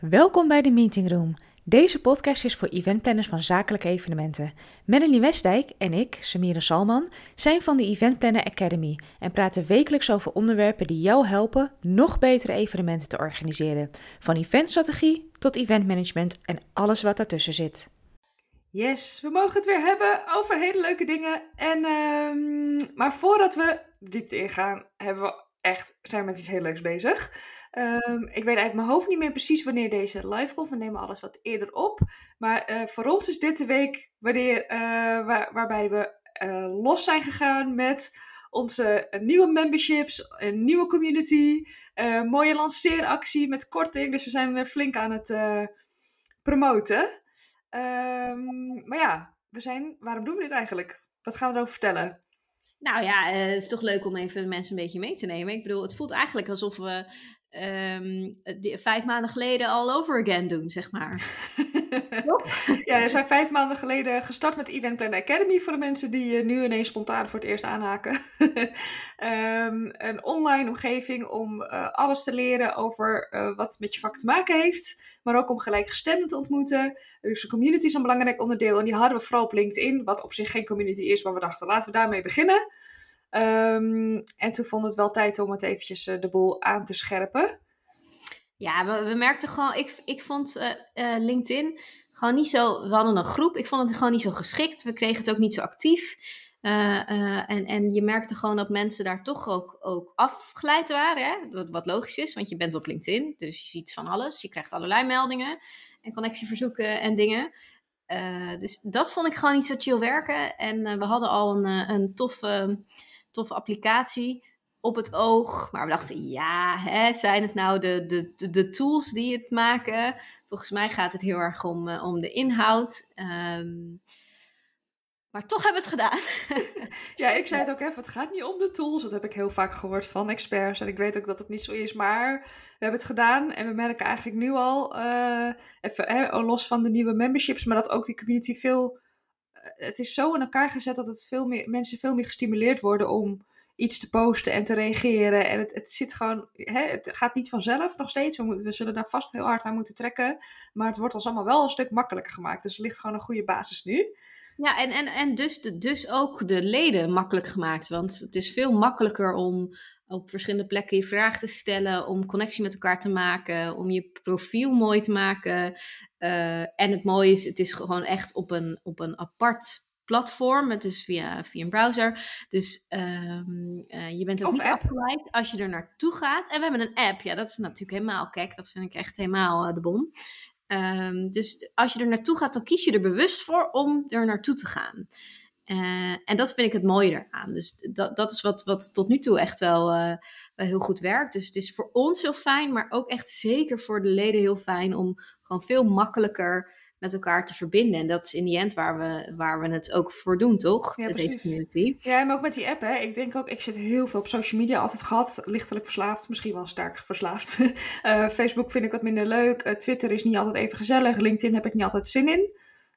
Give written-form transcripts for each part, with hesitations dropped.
Welkom bij de Meeting Room. Deze podcast is voor eventplanners van zakelijke evenementen. Melanie Westdijk en ik, Samira Salman, zijn van de Event Planner Academy en praten wekelijks over onderwerpen die jou helpen nog betere evenementen te organiseren. Van eventstrategie tot eventmanagement en alles wat daartussen zit. Yes, we mogen het weer hebben over hele leuke dingen. Maar voordat we diepte ingaan, zijn we met iets heel leuks bezig. Ik weet uit mijn hoofd niet meer precies wanneer deze live komt. We nemen alles wat eerder op. Maar voor ons is dit de week waarbij we los zijn gegaan met onze nieuwe memberships, een nieuwe community, mooie lanceeractie met korting. Dus we zijn flink aan het promoten. Maar ja, waarom doen we dit eigenlijk? Wat gaan we erover vertellen? Nou ja, het is toch leuk om even de mensen een beetje mee te nemen. Ik bedoel, het voelt eigenlijk alsof we 5 maanden geleden all over again doen, zeg maar. Ja, we zijn 5 maanden geleden gestart met Event Planner Academy voor de mensen die nu ineens spontaan voor het eerst aanhaken. Een online omgeving om alles te leren over wat met je vak te maken heeft. Maar ook om gelijkgestemden te ontmoeten. Dus de community is een belangrijk onderdeel. En die hadden we vooral op LinkedIn, wat op zich geen community is. Maar we dachten, laten we daarmee beginnen. En toen vond het wel tijd om het eventjes de boel aan te scherpen. Ja, we merkten gewoon, ik vond LinkedIn gewoon niet zo, we hadden een groep, ik vond het gewoon niet zo geschikt. We kregen het ook niet zo actief. En je merkte gewoon dat mensen daar toch ook afgeleid waren. Hè? Wat logisch is, want je bent op LinkedIn. Dus je ziet van alles. Je krijgt allerlei meldingen en connectieverzoeken en dingen. Dus dat vond ik gewoon niet zo chill werken. En we hadden al een toffe applicatie op het oog. Maar we dachten, zijn het nou de tools die het maken? Volgens mij gaat het heel erg om de inhoud. Maar toch hebben we het gedaan. Ja, ik zei het ook even, het gaat niet om de tools. Dat heb ik heel vaak gehoord van experts. En ik weet ook dat het niet zo is, maar we hebben het gedaan. En we merken eigenlijk nu al, los van de nieuwe memberships, maar dat ook die community het is zo in elkaar gezet dat mensen veel meer gestimuleerd worden om iets te posten en te reageren. En het zit gewoon, het gaat niet vanzelf nog steeds. We zullen daar vast heel hard aan moeten trekken. Maar het wordt ons allemaal wel een stuk makkelijker gemaakt. Dus er ligt gewoon een goede basis nu. Ja, en dus ook de leden makkelijk gemaakt. Want het is veel makkelijker om op verschillende plekken je vragen te stellen, om connectie met elkaar te maken, om je profiel mooi te maken. En het mooie is, het is gewoon echt op een apart platform. Het is via een browser. Dus je bent ook niet afgeleid als je er naartoe gaat. En we hebben een app. Ja, dat is natuurlijk helemaal kijk. Dat vind ik echt helemaal de bom. Dus als je er naartoe gaat, dan kies je er bewust voor om er naartoe te gaan. En dat vind ik het mooie eraan. Dus dat is wat tot nu toe echt wel heel goed werkt. Dus het is voor ons heel fijn, maar ook echt zeker voor de leden heel fijn om gewoon veel makkelijker met elkaar te verbinden. En dat is in die end waar we het ook voor doen, toch? Ja, deze community. Ja, maar ook met die app, hè. Ik denk ook, ik zit heel veel op social media altijd gehad. Lichtelijk verslaafd, misschien wel sterk verslaafd. Facebook vind ik wat minder leuk. Twitter is niet altijd even gezellig. LinkedIn heb ik niet altijd zin in.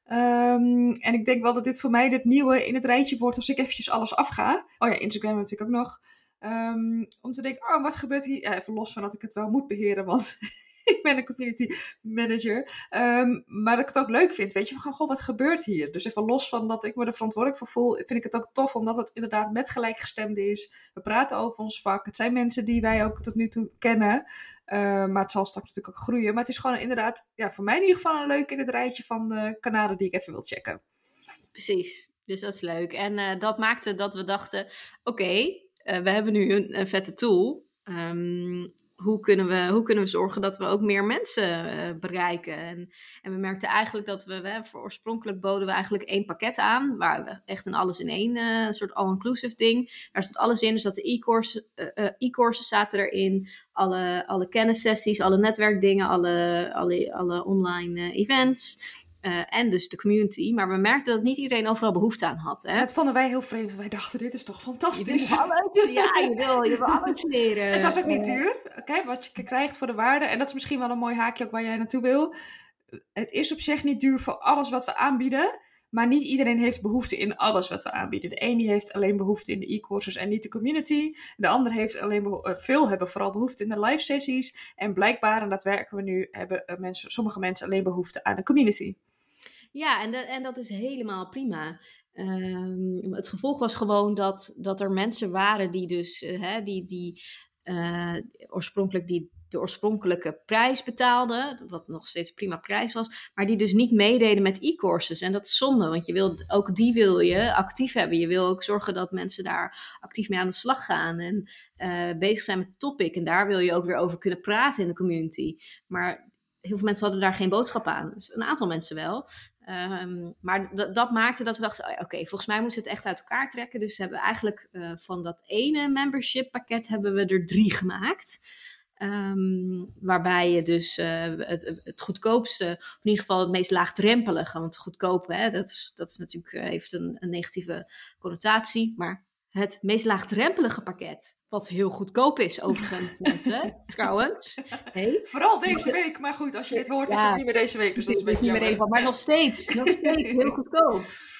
En ik denk wel dat dit voor mij het nieuwe in het rijtje wordt als ik eventjes alles afga. Oh ja, Instagram natuurlijk ook nog. Om te denken, wat gebeurt hier? Ja, even los van dat ik het wel moet beheren, want ik ben een community manager. Maar dat ik het ook leuk vind, weet je. Van, goh, wat gebeurt hier? Dus even los van dat ik me er verantwoordelijk voor voel, vind ik het ook tof, omdat het inderdaad met gelijkgestemden is. We praten over ons vak. Het zijn mensen die wij ook tot nu toe kennen. Maar het zal straks natuurlijk ook groeien. Maar het is gewoon inderdaad, voor mij in ieder geval een leuk in het rijtje van kanalen die ik even wil checken. Precies, dus dat is leuk. En dat maakte dat we dachten, oké, we hebben nu een vette tool. Hoe kunnen we zorgen dat we ook meer mensen bereiken? En we merkten eigenlijk dat oorspronkelijk boden we eigenlijk 1 pakket aan, waar we echt een alles in één, een soort all-inclusive ding. Daar zat alles in, dus dat de e-courses zaten erin, alle kennissessies, alle netwerkdingen, alle online events. En dus de community. Maar we merkten dat niet iedereen overal behoefte aan had. Hè? Dat vonden wij heel vreemd. Wij dachten, dit is toch fantastisch. Je wil alles. Ja, je wil alles leren. Het was ook niet duur. Kijk, wat je krijgt voor de waarde. En dat is misschien wel een mooi haakje ook waar jij naartoe wil. Het is op zich niet duur voor alles wat we aanbieden. Maar niet iedereen heeft behoefte in alles wat we aanbieden. De een die heeft alleen behoefte in de e-courses en niet de community. De ander heeft alleen veel hebben vooral behoefte in de live sessies. En blijkbaar, en dat werken we nu, hebben sommige mensen alleen behoefte aan de community. Ja, en dat is helemaal prima. Het gevolg was gewoon dat er mensen waren die dus oorspronkelijk de oorspronkelijke prijs betaalden, wat nog steeds een prima prijs was, maar die dus niet meededen met e-courses. En dat is zonde, want ook die wil je actief hebben. Je wil ook zorgen dat mensen daar actief mee aan de slag gaan en bezig zijn met het topic. En daar wil je ook weer over kunnen praten in de community. Maar heel veel mensen hadden daar geen boodschap aan. Dus een aantal mensen wel. Maar dat maakte dat we dachten, oké, volgens mij moeten we het echt uit elkaar trekken. Dus hebben we eigenlijk van dat ene membership pakket hebben we er 3 gemaakt. Waarbij je dus het goedkoopste, of in ieder geval het meest laagdrempelige, want goedkoop, dat is natuurlijk, heeft een negatieve connotatie, maar het meest laagdrempelige pakket, wat heel goedkoop is overigens, mensen, trouwens. Hey. Vooral deze week, maar goed, als je dit hoort is het niet meer deze week, dus dat is een beetje niet meer relevant, maar nog steeds heel goedkoop.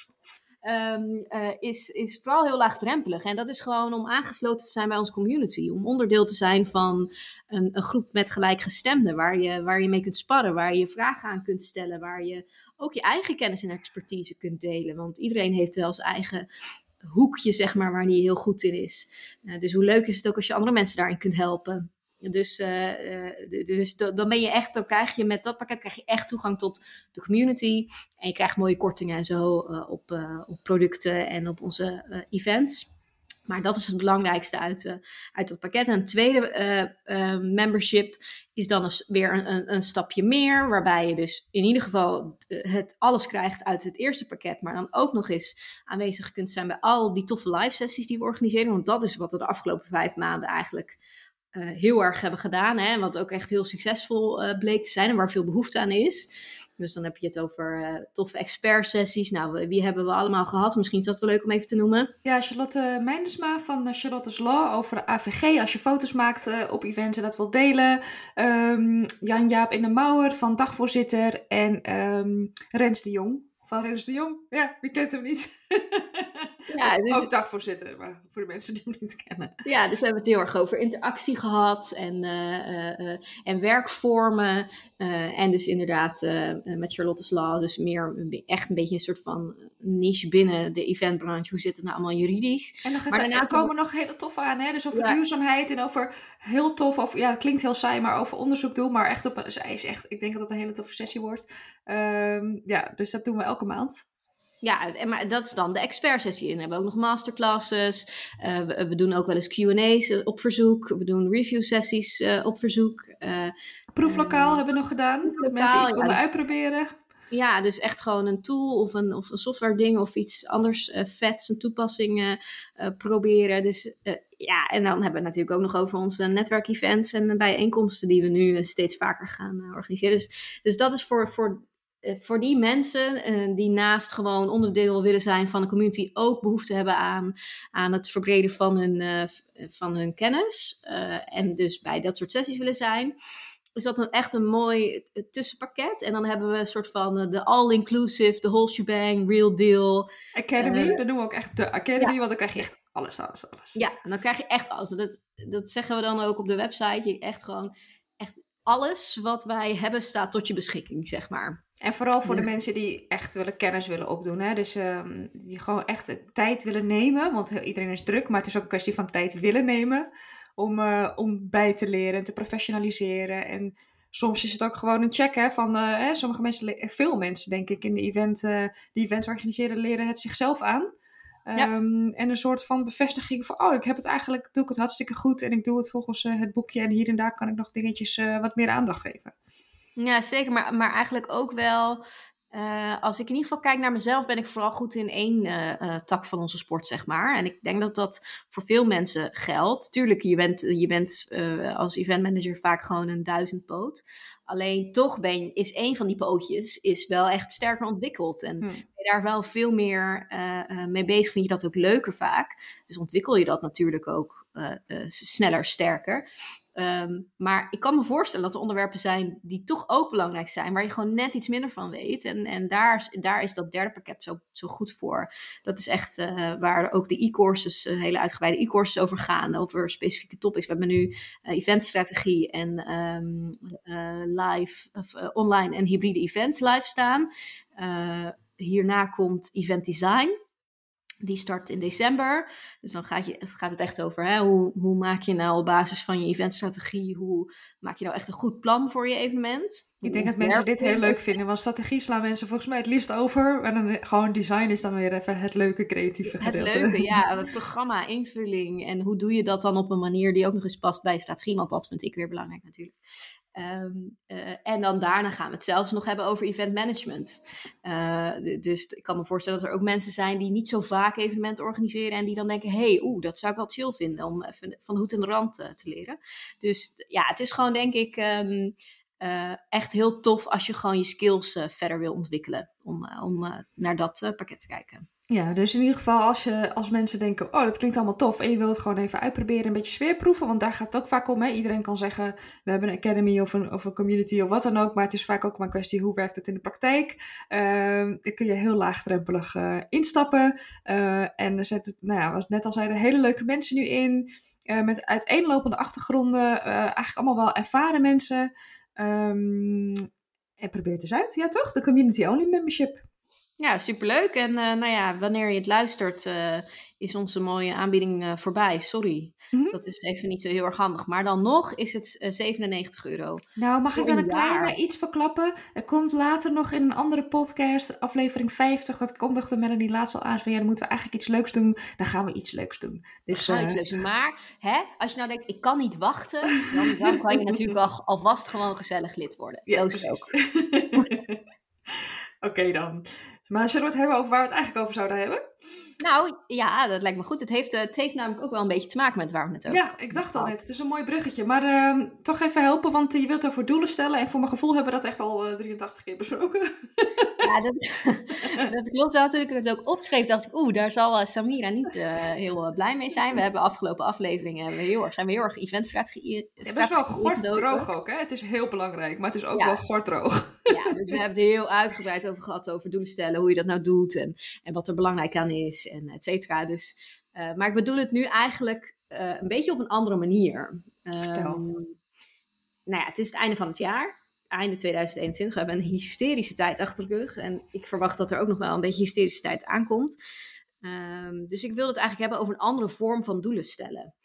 Is vooral heel laagdrempelig. En dat is gewoon om aangesloten te zijn bij onze community. Om onderdeel te zijn van een groep met gelijkgestemden. Waar je mee kunt sparren. Waar je vragen aan kunt stellen. Waar je ook je eigen kennis en expertise kunt delen. Want iedereen heeft wel zijn eigen hoekje, zeg maar, waar hij heel goed in is. Dus hoe leuk is het ook als je andere mensen daarin kunt helpen. Dus dan ben je echt, dan krijg je met dat pakket krijg je echt toegang tot de community. En je krijgt mooie kortingen en zo op producten en op onze events. Maar dat is het belangrijkste uit het pakket. En een tweede membership is dan weer een stapje meer. Waarbij je dus in ieder geval alles krijgt uit het eerste pakket. Maar dan ook nog eens aanwezig kunt zijn bij al die toffe live sessies die we organiseren. Want dat is wat we de afgelopen 5 maanden eigenlijk heel erg hebben gedaan. Hè? Wat ook echt heel succesvol bleek te zijn en waar veel behoefte aan is. Dus dan heb je het over toffe expert-sessies. Nou, wie hebben we allemaal gehad? Misschien is dat wel leuk om even te noemen. Ja, Charlotte Meindersma van Charlotte's Law over de AVG. Als je foto's maakt op events en dat wilt delen. Jan-Jaap in de Mouwer van dagvoorzitter. En Rens de Jong van Rens de Jong. Ja, wie kent hem niet? Ja, dus ook dagvoorzitter, maar voor de mensen die hem niet kennen. Ja, dus we hebben het heel erg over interactie gehad en werkvormen. En dus inderdaad met Charlotte's Law, dus meer echt een beetje een soort van niche binnen de eventbranche. Hoe zit het nou allemaal juridisch? En er komen nog hele tof aan, hè? Dus over duurzaamheid en over heel tof, over, ja, het klinkt heel saai, maar over onderzoek doen. Maar echt zij is echt, ik denk dat het een hele toffe sessie wordt. Dus dat doen we elke maand. Ja, maar dat is dan de expertsessie. En dan hebben we ook nog masterclasses. We doen ook wel eens Q&A's op verzoek. We doen review sessies op verzoek. Proeflokaal hebben we nog gedaan. Dat mensen iets konden uitproberen. Ja, dus echt gewoon een tool of een software ding of iets anders vets, een toepassing proberen. Dus en dan hebben we het natuurlijk ook nog over onze netwerkevents en bijeenkomsten die we nu steeds vaker gaan organiseren. Dus dat is voor die mensen die naast gewoon onderdeel willen zijn van de community ook behoefte hebben aan het verbreden van hun kennis. En dus bij dat soort sessies willen zijn. Is dat echt een mooi tussenpakket. En dan hebben we een soort van de all-inclusive, de whole shebang, real deal. Academy, dat noemen we ook echt de Academy, want dan krijg je echt alles. Ja, en dan krijg je echt alles. Dat zeggen we dan ook op de website. Je echt gewoon alles wat wij hebben staat tot je beschikking, zeg maar. En vooral voor de mensen die echt kennis willen opdoen. Hè? Dus die gewoon echt de tijd willen nemen. Want iedereen is druk, maar het is ook een kwestie van tijd willen nemen. Om bij te leren en te professionaliseren. En soms is het ook gewoon een check, hè, van sommige mensen, veel mensen denk ik in de events organiseren, leren het zichzelf aan. En een soort van bevestiging van, doe ik het hartstikke goed en ik doe het volgens het boekje en hier en daar kan ik nog dingetjes wat meer aandacht geven. Ja, zeker, maar eigenlijk ook wel, als ik in ieder geval kijk naar mezelf, ben ik vooral goed in één tak van onze sport, zeg maar. En ik denk dat dat voor veel mensen geldt. Tuurlijk, je bent als eventmanager vaak gewoon een duizendpoot. Alleen toch is één van die pootjes is wel echt sterker ontwikkeld. En ben je daar wel veel meer mee bezig, vind je dat ook leuker vaak. Dus ontwikkel je dat natuurlijk ook sneller, sterker. Maar ik kan me voorstellen dat er onderwerpen zijn die toch ook belangrijk zijn, waar je gewoon net iets minder van weet. En daar is dat derde pakket zo goed voor. Dat is echt waar ook de e-courses, hele uitgebreide e-courses over gaan, over specifieke topics. We hebben nu eventstrategie en live, online en hybride events live staan. Hierna komt event design. Die start in december. Dus dan gaat het echt over hoe maak je nou op basis van je eventstrategie, hoe maak je nou echt een goed plan voor je evenement. Ik denk dat mensen dit heel leuk vinden, want strategie slaan mensen volgens mij het liefst over. En dan gewoon design is dan weer even het leuke creatieve gedeelte. Het leuke, ja. Het programma, invulling en hoe doe je dat dan op een manier die ook nog eens past bij strategie, want dat vind ik weer belangrijk natuurlijk. En dan daarna gaan we het zelfs nog hebben over event management. Dus ik kan me voorstellen dat er ook mensen zijn die niet zo vaak evenementen organiseren en die dan denken, dat zou ik wel chill vinden om even van de hoed en de rand te leren. Dus ja, het is gewoon denk ik echt heel tof als je gewoon je skills verder wil ontwikkelen om naar dat pakket te kijken. Ja, dus in ieder geval als mensen denken, dat klinkt allemaal tof en je wilt het gewoon even uitproberen, een beetje sfeerproeven, want daar gaat het ook vaak om. Hè? Iedereen kan zeggen, we hebben een academy of een community of wat dan ook, maar het is vaak ook maar een kwestie, hoe werkt het in de praktijk? Dan kun je heel laagdrempelig instappen en er zitten, wat we net al zeiden, hele leuke mensen nu in, met uiteenlopende achtergronden, eigenlijk allemaal wel ervaren mensen. En probeer het eens uit, ja toch? De community only membership. Ja, superleuk. En wanneer je het luistert, is onze mooie aanbieding voorbij. Sorry, dat is even niet zo heel erg handig. Maar dan nog is het €97. Nou, mag ik dan een kleine iets verklappen? Er komt later nog in een andere podcast, aflevering 50, dat kondigde Melanie laatst al aan. Van, dan moeten we eigenlijk iets leuks doen. Dan gaan we iets leuks doen. Dus, iets leuks doen. Maar als je nou denkt, ik kan niet wachten, dan kan je natuurlijk alvast gewoon gezellig lid worden. Ja, zo is het ook. Oké dan. Maar zullen we het hebben over waar we het eigenlijk over zouden hebben? Nou, ja, dat lijkt me goed. Het heeft namelijk ook wel een beetje te maken met waar we het over hebben. Ja, ik dacht al net. Het is een mooi bruggetje. Maar toch even helpen, want je wilt over doelen stellen. En voor mijn gevoel hebben we dat echt al 83 keer besproken. Ja, dat klopt wel. Toen ik het ook opschreef, dacht ik, daar zal Samira niet heel blij mee zijn. We hebben afgelopen afleveringen zijn we heel erg eventstrategie. Het is wel gorddroog ook, hè? Het is heel belangrijk, maar het is ook wel gorddroog. Ja, dus we hebben het heel uitgebreid over gehad, over doelen stellen, hoe je dat nou doet en wat er belangrijk aan is en et cetera. Dus, maar ik bedoel het nu eigenlijk een beetje op een andere manier. Vertel. Het is het einde van het jaar. Einde 2021. We hebben een hysterische tijd achter de rug. En ik verwacht dat er ook nog wel een beetje hysterische tijd aankomt. Dus ik wil het eigenlijk hebben over een andere vorm van doelen stellen.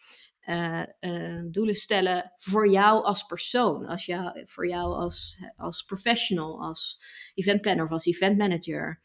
Doelen stellen voor jou als persoon. Voor jou als professional, als eventplanner of als eventmanager.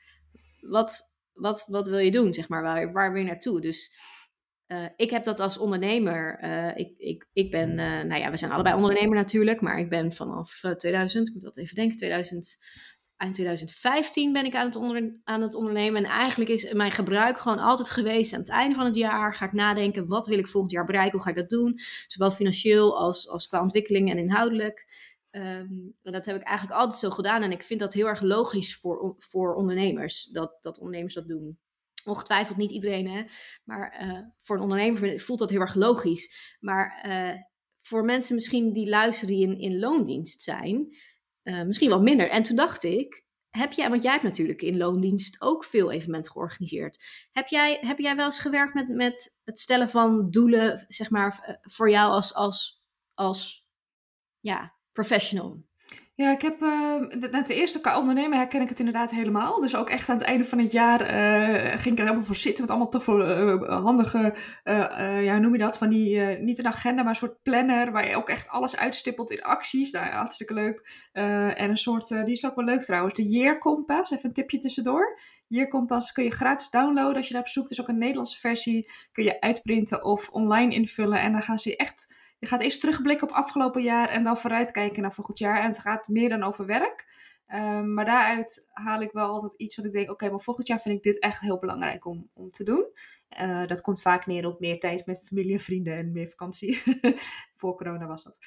Wat wil je doen, zeg maar? Waar wil je naartoe? Dus ik heb dat als ondernemer. Ik ben, we zijn allebei ondernemer natuurlijk, maar ik ben vanaf 2000, ik moet dat even denken, eind 2015 ben ik aan het ondernemen. En eigenlijk is mijn gebruik gewoon altijd geweest. Aan het einde van het jaar ga ik nadenken, wat wil ik volgend jaar bereiken? Hoe ga ik dat doen? Zowel financieel als qua ontwikkeling en inhoudelijk. Dat heb ik eigenlijk altijd zo gedaan. En ik vind dat heel erg logisch voor ondernemers, dat ondernemers dat doen. Ongetwijfeld niet iedereen, hè? Maar voor een ondernemer voelt dat heel erg logisch. Maar voor mensen misschien die luisteren die in loondienst zijn, misschien wat minder. En toen dacht ik, want jij hebt natuurlijk in loondienst ook veel evenementen georganiseerd. Heb jij wel eens gewerkt met het stellen van doelen, zeg maar, voor jou als professional? Ja, ik heb ten eerste qua ondernemen herken ik het inderdaad helemaal. Dus ook echt aan het einde van het jaar ging ik er helemaal voor zitten met allemaal toch voor handige, hoe noem je dat? Van die, niet een agenda, maar een soort planner waar je ook echt alles uitstippelt in acties. Nou ja, hartstikke leuk. En een soort, die is ook wel leuk trouwens, de Year Compass. Even een tipje tussendoor. Year Compass kun je gratis downloaden als je daarop zoekt. Het is ook een Nederlandse versie. Kun je uitprinten of online invullen. En dan gaan ze echt... Je gaat eerst terugblikken op afgelopen jaar en dan vooruitkijken naar volgend jaar. En het gaat meer dan over werk. Maar daaruit haal ik wel altijd iets wat ik denk, oké, maar volgend jaar vind ik dit echt heel belangrijk om te doen. Dat komt vaak neer op meer tijd met familie en vrienden en meer vakantie. Voor corona was dat.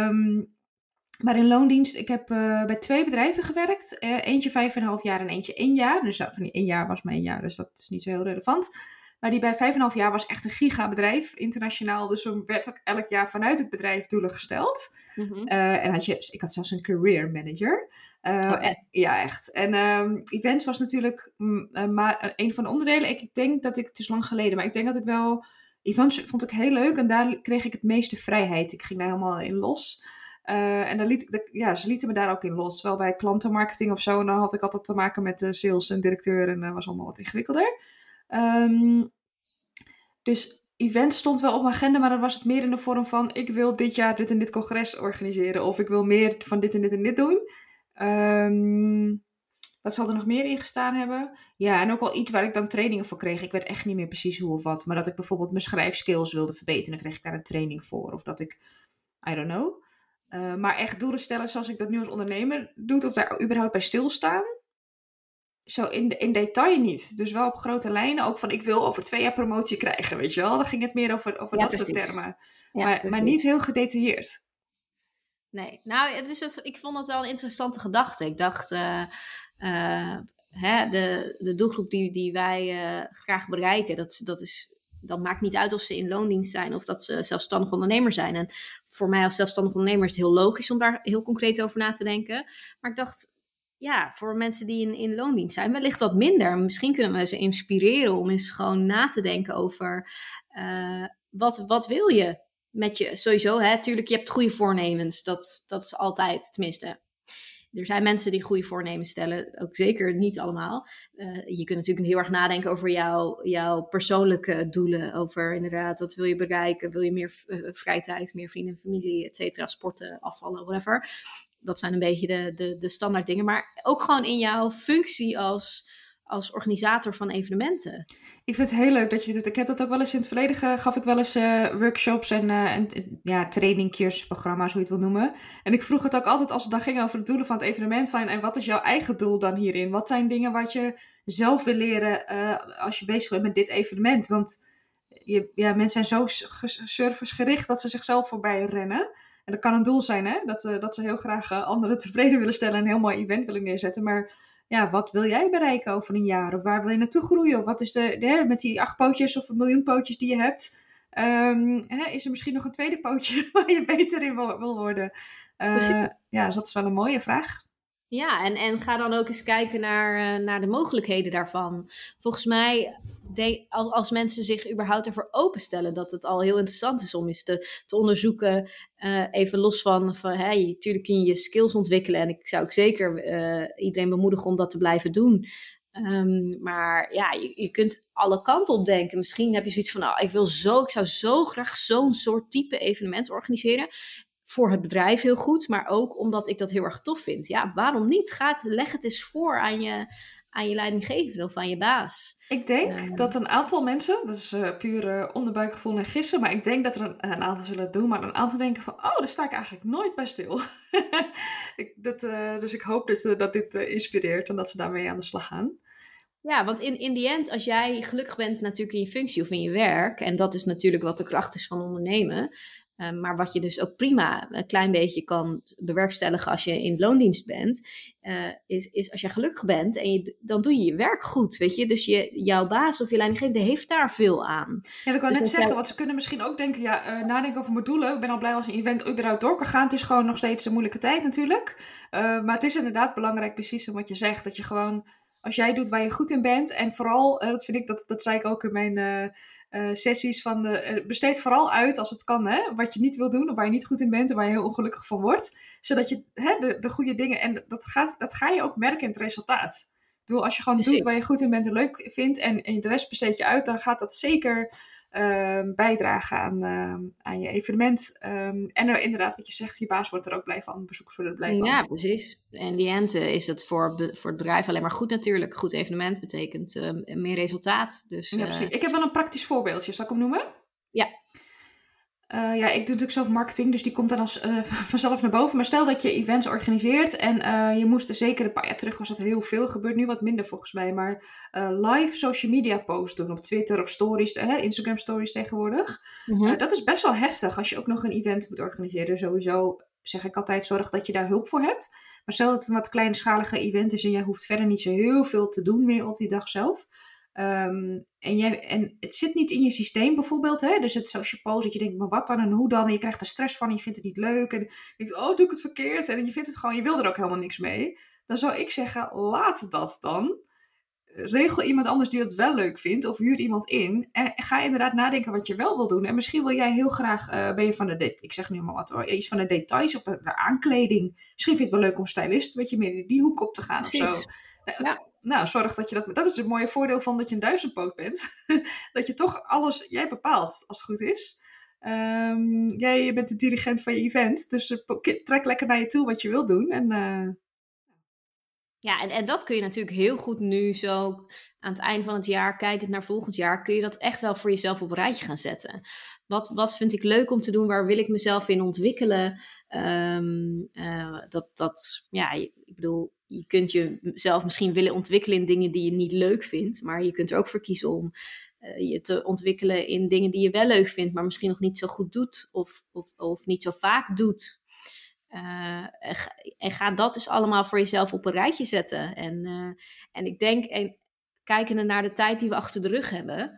Maar in loondienst, ik heb bij 2 bedrijven gewerkt. Eentje 5,5 jaar en eentje 1 jaar. Dus van die 1 jaar was maar 1 jaar, dus dat is niet zo heel relevant. Maar die bij 5,5 jaar was echt een gigabedrijf, internationaal. Dus er werd ook elk jaar vanuit het bedrijf doelen gesteld. En ik had zelfs een career manager. Ja, echt. En events was natuurlijk maar een van de onderdelen. Ik denk dat het is lang geleden, maar ik denk dat ik wel... Events vond ik heel leuk en daar kreeg ik het meeste vrijheid. Ik ging daar helemaal in los. En ze lieten me daar ook in los. Wel bij klantenmarketing of zo. En dan had ik altijd te maken met de sales en directeur. En dat was allemaal wat ingewikkelder. Dus event stond wel op mijn agenda. Maar dan was het meer in de vorm van... Ik wil dit jaar dit en dit congres organiseren. Of ik wil meer van dit en dit en dit doen. Wat zal er nog meer in gestaan hebben? Ja, en ook wel iets waar ik dan trainingen voor kreeg. Ik weet echt niet meer precies hoe of wat. Maar dat ik bijvoorbeeld mijn schrijfskills wilde verbeteren. Dan kreeg ik daar een training voor. Of dat ik... I don't know. Maar echt doelen stellen zoals ik dat nu als ondernemer doe, of daar überhaupt bij stilstaan. Zo in detail niet. Dus wel op grote lijnen. Ook van ik wil over 2 jaar promotie krijgen, weet je wel. Dan ging het meer over dat soort termen. Ja, maar niet heel gedetailleerd. Nee, nou, ik vond het wel een interessante gedachte. Ik dacht, de doelgroep die wij graag bereiken, dat maakt niet uit of ze in loondienst zijn of dat ze zelfstandig ondernemer zijn. En voor mij als zelfstandig ondernemer is het heel logisch om daar heel concreet over na te denken. Maar ik dacht, ja, voor mensen die in loondienst zijn, wellicht wat minder. Misschien kunnen we ze inspireren om eens gewoon na te denken over wat wil je met je. Sowieso, tuurlijk, je hebt goede voornemens. Dat is altijd, tenminste... Er zijn mensen die goede voornemens stellen, ook zeker niet allemaal. Je kunt natuurlijk heel erg nadenken over jouw persoonlijke doelen. Over inderdaad, wat wil je bereiken? Wil je meer vrije tijd, meer vrienden en familie, et cetera, sporten, afvallen, whatever. Dat zijn een beetje de standaard dingen. Maar ook gewoon in jouw functie als organisator van evenementen. Ik vind het heel leuk dat je dit doet. Ik heb dat ook wel eens in het verleden gaf ik wel eens workshops en trainingjes, programma's, hoe je het wil noemen. En ik vroeg het ook altijd als het dan ging over de doelen van het evenement. En wat is jouw eigen doel dan hierin? Wat zijn dingen wat je zelf wil leren als je bezig bent met dit evenement? Want mensen zijn zo servicegericht dat ze zichzelf voorbij rennen. En dat kan een doel zijn, hè? Dat ze heel graag anderen tevreden willen stellen en een heel mooi event willen neerzetten. Maar ja, wat wil jij bereiken over een jaar? Of waar wil je naartoe groeien? Of wat is met die 8 pootjes of 1 miljoen pootjes die je hebt? Is er misschien nog een tweede pootje waar je beter in wil worden? Dus dat is wel een mooie vraag. Ja, en ga dan ook eens kijken naar de mogelijkheden daarvan. Volgens mij, als mensen zich überhaupt ervoor openstellen, dat het al heel interessant is om eens te onderzoeken. Even los van natuurlijk kun je je skills ontwikkelen. En ik zou ook zeker iedereen bemoedigen om dat te blijven doen. Maar ja, je kunt alle kanten op denken. Misschien heb je zoiets van, ik zou zo graag zo'n soort type evenement organiseren. Voor het bedrijf heel goed, maar ook omdat ik dat heel erg tof vind. Ja, waarom niet? Leg het eens voor aan je leidinggevende of aan je baas. Ik denk dat een aantal mensen, dat is puur onderbuikgevoel en gissen, maar ik denk dat er een aantal zullen het doen, maar een aantal denken van, daar sta ik eigenlijk nooit bij stil. Dus ik hoop dat dit inspireert en dat ze daarmee aan de slag gaan. Ja, want in the end, als jij gelukkig bent natuurlijk in je functie of in je werk, en dat is natuurlijk wat de kracht is van ondernemen, maar wat je dus ook prima een klein beetje kan bewerkstelligen als je in loondienst bent, is als je gelukkig bent en dan doe je je werk goed, weet je. Dus jouw baas of je leidinggevende heeft daar veel aan. Ja, ik wou net zeggen, want ze kunnen misschien ook denken, nadenken over mijn doelen. Ik ben al blij als een event überhaupt door kan gaan. Het is gewoon nog steeds een moeilijke tijd natuurlijk. Maar het is inderdaad belangrijk, precies wat je zegt, dat je gewoon, als jij doet waar je goed in bent, en vooral, dat vind ik, dat zei ik ook in mijn sessies van besteed vooral uit als het kan, wat je niet wil doen of waar je niet goed in bent en waar je heel ongelukkig van wordt, zodat je de goede dingen, en dat ga je ook merken in het resultaat. Ik bedoel, als je gewoon doet waar je goed in bent en leuk vindt en de rest besteed je uit, dan gaat dat zeker bijdragen aan je evenement. En inderdaad, wat je zegt, je baas wordt er ook blij van, bezoekers worden er blij van. Ja, precies. In die end is het voor het bedrijf alleen maar goed natuurlijk. Een goed evenement betekent meer resultaat. Dus, ja, precies. Ik heb wel een praktisch voorbeeldje. Zal ik hem noemen? Ja. Ik doe natuurlijk zelf marketing, dus die komt dan vanzelf naar boven. Maar stel dat je events organiseert en je moest er zeker een paar jaar terug, was dat heel veel. Gebeurt nu wat minder volgens mij, maar live social media posts doen op Twitter of stories, Instagram stories tegenwoordig. Mm-hmm. Dat is best wel heftig als je ook nog een event moet organiseren. Sowieso zeg ik altijd, zorg dat je daar hulp voor hebt. Maar stel dat het een wat kleinschalige event is en jij hoeft verder niet zo heel veel te doen meer op die dag zelf. En het zit niet in je systeem bijvoorbeeld. Hè? Dus het social post dat je denkt, maar wat dan en hoe dan? En je krijgt er stress van en je vindt het niet leuk. En je denkt, oh, doe ik het verkeerd? En je vindt het gewoon, je wil er ook helemaal niks mee. Dan zou ik zeggen, laat dat dan. Regel iemand anders die dat wel leuk vindt. Of huur iemand in. En ga inderdaad nadenken wat je wel wil doen. En misschien wil jij heel graag, ben je van ik zeg nu maar wat hoor, iets van de details of de aankleding. Misschien vind je het wel leuk om stylist een beetje meer in die hoek op te gaan of zo. Ja. Nou, zorg dat je dat is het mooie voordeel van dat je een duizendpoot bent. Dat je toch alles, jij bepaalt als het goed is. Jij bent de dirigent van je event. Dus trek lekker naar je toe wat je wil doen. Ja, en dat kun je natuurlijk heel goed nu zo aan het einde van het jaar, kijkend naar volgend jaar, kun je dat echt wel voor jezelf op een rijtje gaan zetten. Wat vind ik leuk om te doen? Waar wil ik mezelf in ontwikkelen? Ik bedoel, je kunt jezelf misschien willen ontwikkelen in dingen die je niet leuk vindt, maar je kunt er ook voor kiezen om je te ontwikkelen in dingen die je wel leuk vindt, maar misschien nog niet zo goed doet of niet zo vaak doet. En ga dat dus allemaal voor jezelf op een rijtje zetten. En ik denk, kijkende naar de tijd die we achter de rug hebben,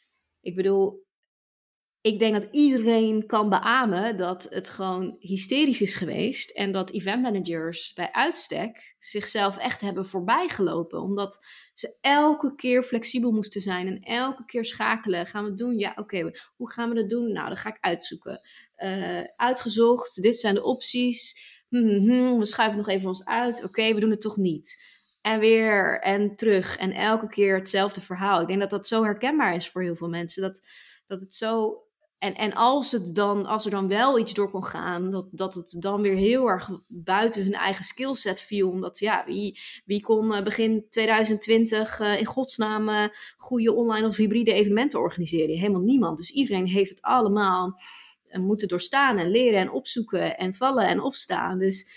ik denk dat iedereen kan beamen dat het gewoon hysterisch is geweest en dat eventmanagers bij uitstek zichzelf echt hebben voorbijgelopen, omdat ze elke keer flexibel moesten zijn en elke keer schakelen. Gaan we het doen? Ja, oké. Hoe gaan we dat doen? Nou, dan ga ik uitzoeken. Uitgezocht, dit zijn de opties. We schuiven nog even ons uit. Oké, we doen het toch niet. En weer en terug en elke keer hetzelfde verhaal. Ik denk dat dat zo herkenbaar is voor heel veel mensen. Dat het zo... En als er dan wel iets door kon gaan, dat het dan weer heel erg buiten hun eigen skillset viel. Omdat wie kon begin 2020 in godsnaam goede online of hybride evenementen organiseren? Helemaal niemand. Dus iedereen heeft het allemaal moeten doorstaan en leren en opzoeken en vallen en opstaan. Dus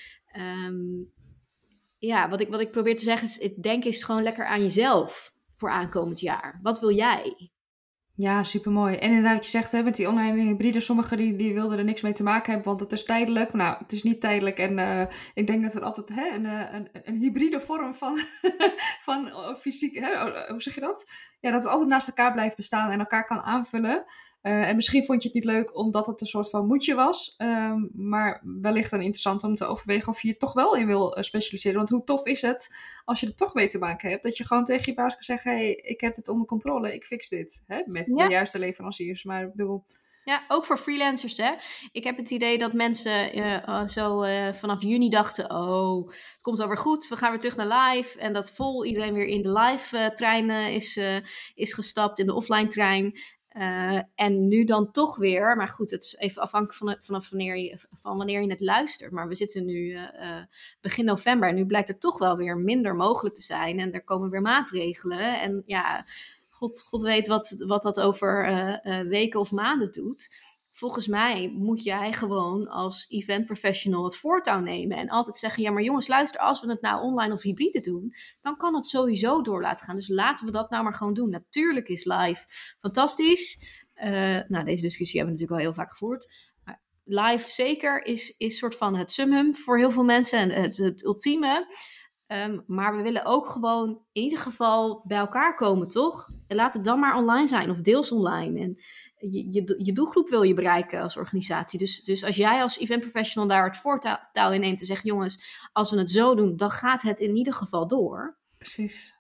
wat ik probeer te zeggen is, denk eens gewoon lekker aan jezelf voor aankomend jaar. Wat wil jij? Ja, supermooi. En inderdaad, wat je zegt, met die online hybride, sommigen die wilden er niks mee te maken hebben, want het is tijdelijk. Nou, het is niet tijdelijk. En ik denk dat er altijd een hybride vorm van fysiek, hoe zeg je dat? Ja, dat het altijd naast elkaar blijft bestaan en elkaar kan aanvullen. En misschien vond je het niet leuk omdat het een soort van moedje was. Maar wellicht dan interessant om te overwegen of je je toch wel in wil specialiseren. Want hoe tof is het als je er toch mee te maken hebt. Dat je gewoon tegen je baas kan zeggen, hey, ik heb dit onder controle, ik fix dit. Met de juiste leveranciers. Maar ik bedoel... Ja, ook voor freelancers, hè. Ik heb het idee dat mensen vanaf juni dachten, het komt wel weer goed, we gaan weer terug naar live. En dat iedereen weer in de live trein is gestapt, in de offline trein. En nu dan toch weer, maar goed, het is even afhankelijk van wanneer je het luistert. Maar we zitten nu begin november en nu blijkt het toch wel weer minder mogelijk te zijn. En er komen weer maatregelen. En ja, God weet wat dat over weken of maanden doet. Volgens mij moet jij gewoon als event professional het voortouw nemen. En altijd zeggen, ja maar jongens, luister, als we het nou online of hybride doen, dan kan het sowieso door laten gaan. Dus laten we dat nou maar gewoon doen. Natuurlijk is live fantastisch. Deze discussie hebben we natuurlijk al heel vaak gevoerd. Maar live zeker is soort van het summum voor heel veel mensen. En het ultieme. Maar we willen ook gewoon in ieder geval bij elkaar komen, toch? En laat het dan maar online zijn of deels online. En je doelgroep wil je bereiken als organisatie. Dus als jij als event professional daar het voortouw in neemt en zegt, jongens, als we het zo doen, dan gaat het in ieder geval door. Precies.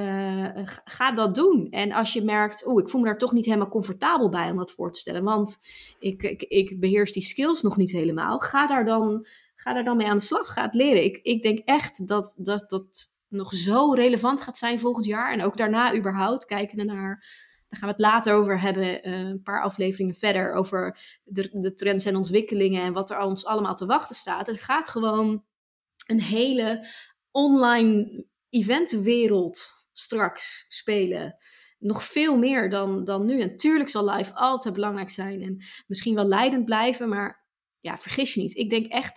Ga dat doen. En als je merkt, ik voel me daar toch niet helemaal comfortabel bij om dat voor te stellen, want ik beheers die skills nog niet helemaal. Ga daar dan mee aan de slag. Ga het leren. Ik denk echt dat nog zo relevant gaat zijn volgend jaar. En ook daarna überhaupt kijken naar... Daar gaan we het later over hebben. Een paar afleveringen verder. Over de trends en ontwikkelingen. En wat er ons allemaal te wachten staat. Er gaat gewoon een hele online eventwereld straks spelen. Nog veel meer dan nu. En tuurlijk zal live altijd belangrijk zijn. En misschien wel leidend blijven. Maar ja, vergis je niet. Ik denk echt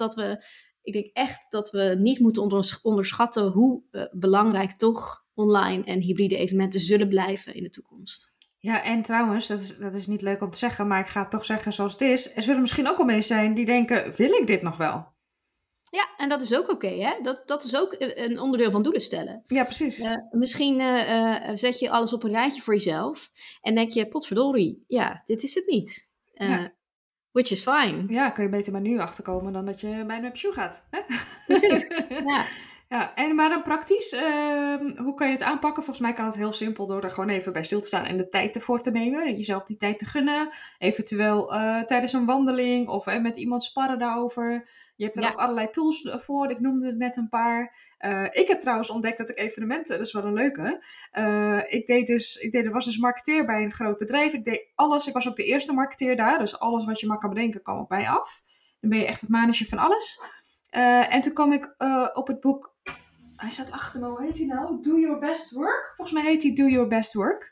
dat we niet moeten onderschatten hoe belangrijk toch online en hybride evenementen zullen blijven in de toekomst. Ja, en trouwens, dat is niet leuk om te zeggen, maar ik ga het toch zeggen zoals het is. Er zullen misschien ook al mensen zijn die denken, wil ik dit nog wel? Ja, en dat is ook oké, hè? Dat is ook een onderdeel van doelen stellen. Ja, precies. Misschien zet je alles op een rijtje voor jezelf en denk je, potverdorie, ja, dit is het niet. Which is fine. Ja, kun je beter maar nu achterkomen dan dat je bij een pensioen gaat. Hè? Precies, ja. Ja, maar dan praktisch, hoe kan je het aanpakken? Volgens mij kan het heel simpel door er gewoon even bij stil te staan en de tijd ervoor te nemen. En jezelf die tijd te gunnen. Eventueel tijdens een wandeling of met iemand sparren daarover. Je hebt er ook allerlei tools voor. Ik noemde het net een paar. Ik heb trouwens ontdekt dat ik evenementen, dat is wel een leuke. Er was dus marketeer bij een groot bedrijf. Ik deed alles. Ik was ook de eerste marketeer daar. Dus alles wat je maar kan bedenken kwam op mij af. Dan ben je echt het manager van alles. En toen kwam ik op het boek. Hij staat achter me. Hoe heet hij nou? Do Your Best Work. Volgens mij heet hij Do Your Best Work.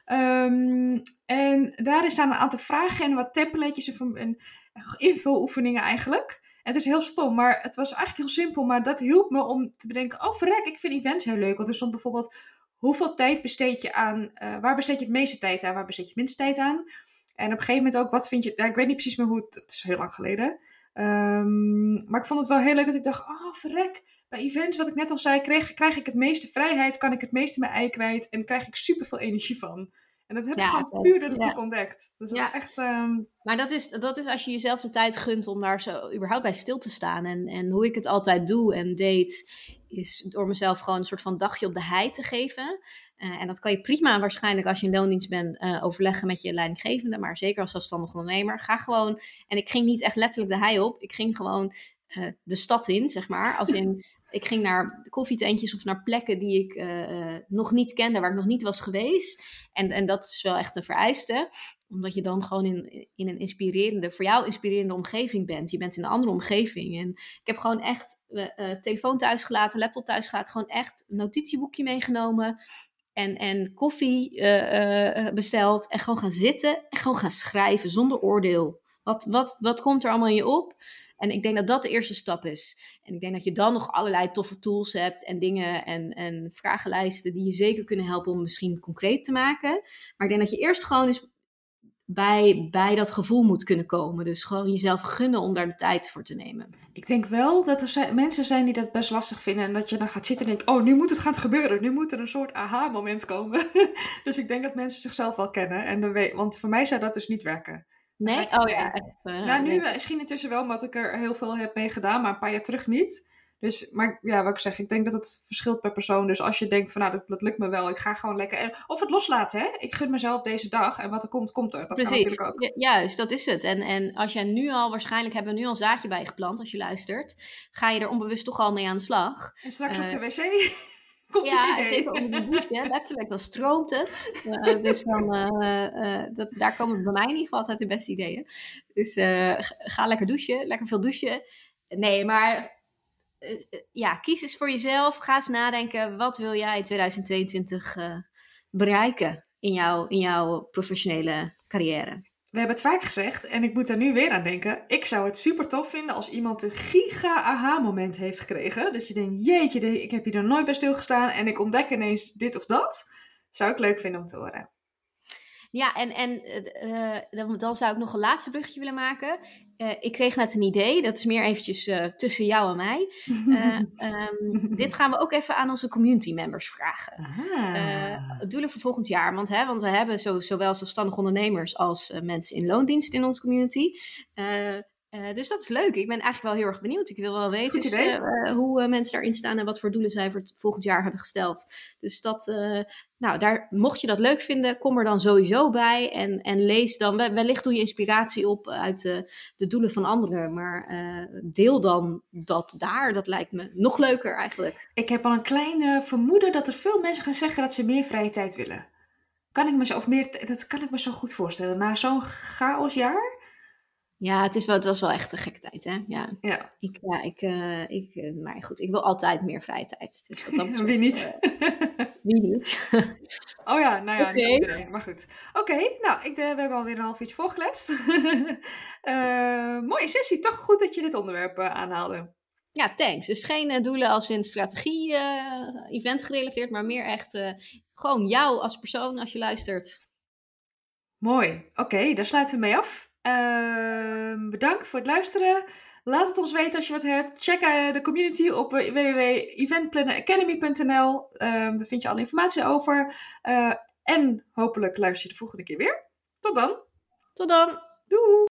En daarin staan een aantal vragen en wat templatejes en invuloefeningen eigenlijk. En het is heel stom, maar het was eigenlijk heel simpel. Maar dat hielp me om te bedenken, verrek, ik vind events heel leuk. Want er stond bijvoorbeeld, hoeveel tijd besteed je aan, waar besteed je het meeste tijd aan, waar besteed je het minste tijd aan? En op een gegeven moment ook, wat vind je, ik weet niet precies meer hoe het is heel lang geleden. Maar ik vond het wel heel leuk dat ik dacht, verrek, bij events, wat ik net al zei, krijg ik het meeste vrijheid, kan ik het meeste mijn ei kwijt en krijg ik super veel energie van. En dat heb ik gewoon puur door het boek ontdekt. Dus dat is echt... Maar dat is als je jezelf de tijd gunt om daar zo überhaupt bij stil te staan. En hoe ik het altijd doe en deed, is door mezelf gewoon een soort van dagje op de hei te geven. En dat kan je prima waarschijnlijk als je in loondienst bent overleggen met je leidinggevende. Maar zeker als zelfstandig ondernemer, ga gewoon... En ik ging niet echt letterlijk de hei op. Ik ging gewoon de stad in, zeg maar. Als in... Ik ging naar koffietentjes of naar plekken die ik nog niet kende, waar ik nog niet was geweest. En dat is wel echt een vereiste. Omdat je dan gewoon in een inspirerende, voor jou inspirerende omgeving bent. Je bent in een andere omgeving. En ik heb gewoon echt telefoon thuis gelaten, laptop thuis gelaten. Gewoon echt een notitieboekje meegenomen. En koffie besteld. En gewoon gaan zitten en gewoon gaan schrijven zonder oordeel. Wat komt er allemaal in je op? En ik denk dat dat de eerste stap is. En ik denk dat je dan nog allerlei toffe tools hebt en dingen en vragenlijsten die je zeker kunnen helpen om misschien concreet te maken. Maar ik denk dat je eerst gewoon eens bij dat gevoel moet kunnen komen. Dus gewoon jezelf gunnen om daar de tijd voor te nemen. Ik denk wel dat er mensen zijn die dat best lastig vinden. En dat je dan gaat zitten en denkt, nu moet het gaan gebeuren. Nu moet er een soort aha-moment komen. Dus ik denk dat mensen zichzelf wel kennen. Want voor mij zou dat dus niet werken. Nee? Echt. Nu misschien intussen wel, omdat ik er heel veel heb mee gedaan, maar een paar jaar terug niet. Dus, maar ja, wat ik zeg, ik denk dat het verschilt per persoon. Dus als je denkt van, dat lukt me wel, ik ga gewoon lekker... Of het loslaten, hè. Ik gun mezelf deze dag en wat er komt, komt er. Dat Precies, kan natuurlijk ook. Ja, juist, dat is het. En als jij nu al, waarschijnlijk hebben we nu al een zaadje bij je geplant als je luistert, ga je er onbewust toch al mee aan de slag. En straks op de wc... Komt het idee. Zeker onder de douche, letterlijk, dan stroomt het. Dus dan, daar komen bij mij in ieder geval altijd de beste ideeën. Dus ga lekker douchen, lekker veel douchen. Nee, maar kies eens voor jezelf. Ga eens nadenken, wat wil jij in 2022 bereiken in jouw professionele carrière? We hebben het vaak gezegd en ik moet er nu weer aan denken. Ik zou het super tof vinden als iemand een giga aha-moment heeft gekregen. Dus je denkt, jeetje, ik heb hier nog nooit bij stilgestaan en ik ontdek ineens dit of dat. Zou ik leuk vinden om te horen. Ja, dan zou ik nog een laatste bruggetje willen maken. Ik kreeg net een idee, dat is meer eventjes tussen jou en mij. Dit gaan we ook even aan onze community members vragen. Doelen voor volgend jaar, want we hebben zowel zelfstandig ondernemers als mensen in loondienst in onze community. Dus dat is leuk. Ik ben eigenlijk wel heel erg benieuwd. Ik wil wel weten hoe mensen daarin staan en wat voor doelen zij voor het volgend jaar hebben gesteld. Dus mocht je dat leuk vinden, kom er dan sowieso bij en lees dan. Wellicht doe je inspiratie op uit de doelen van anderen, maar deel dan dat daar. Dat lijkt me nog leuker eigenlijk. Ik heb al een klein vermoeden dat er veel mensen gaan zeggen dat ze meer vrije tijd willen. Dat kan ik me zo goed voorstellen. Na zo'n chaosjaar. Ja, het was wel echt een gekke tijd, hè? Ja. Maar goed, ik wil altijd meer vrije tijd. Dus wie niet? Wie niet? Niet iedereen, maar goed. Oké, we hebben alweer een half uurtje volgekletst. Mooie sessie, toch goed dat je dit onderwerp aanhaalde. Ja, thanks. Dus geen doelen als in strategie, event gerelateerd, maar meer echt gewoon jou als persoon als je luistert. Mooi, oké, daar sluiten we mee af. Bedankt voor het luisteren. Laat het ons weten als je wat hebt. Check de community op www.eventplanneracademy.nl. Daar vind je alle informatie over. En hopelijk luister je de volgende keer weer. Tot dan. Tot dan! Doei!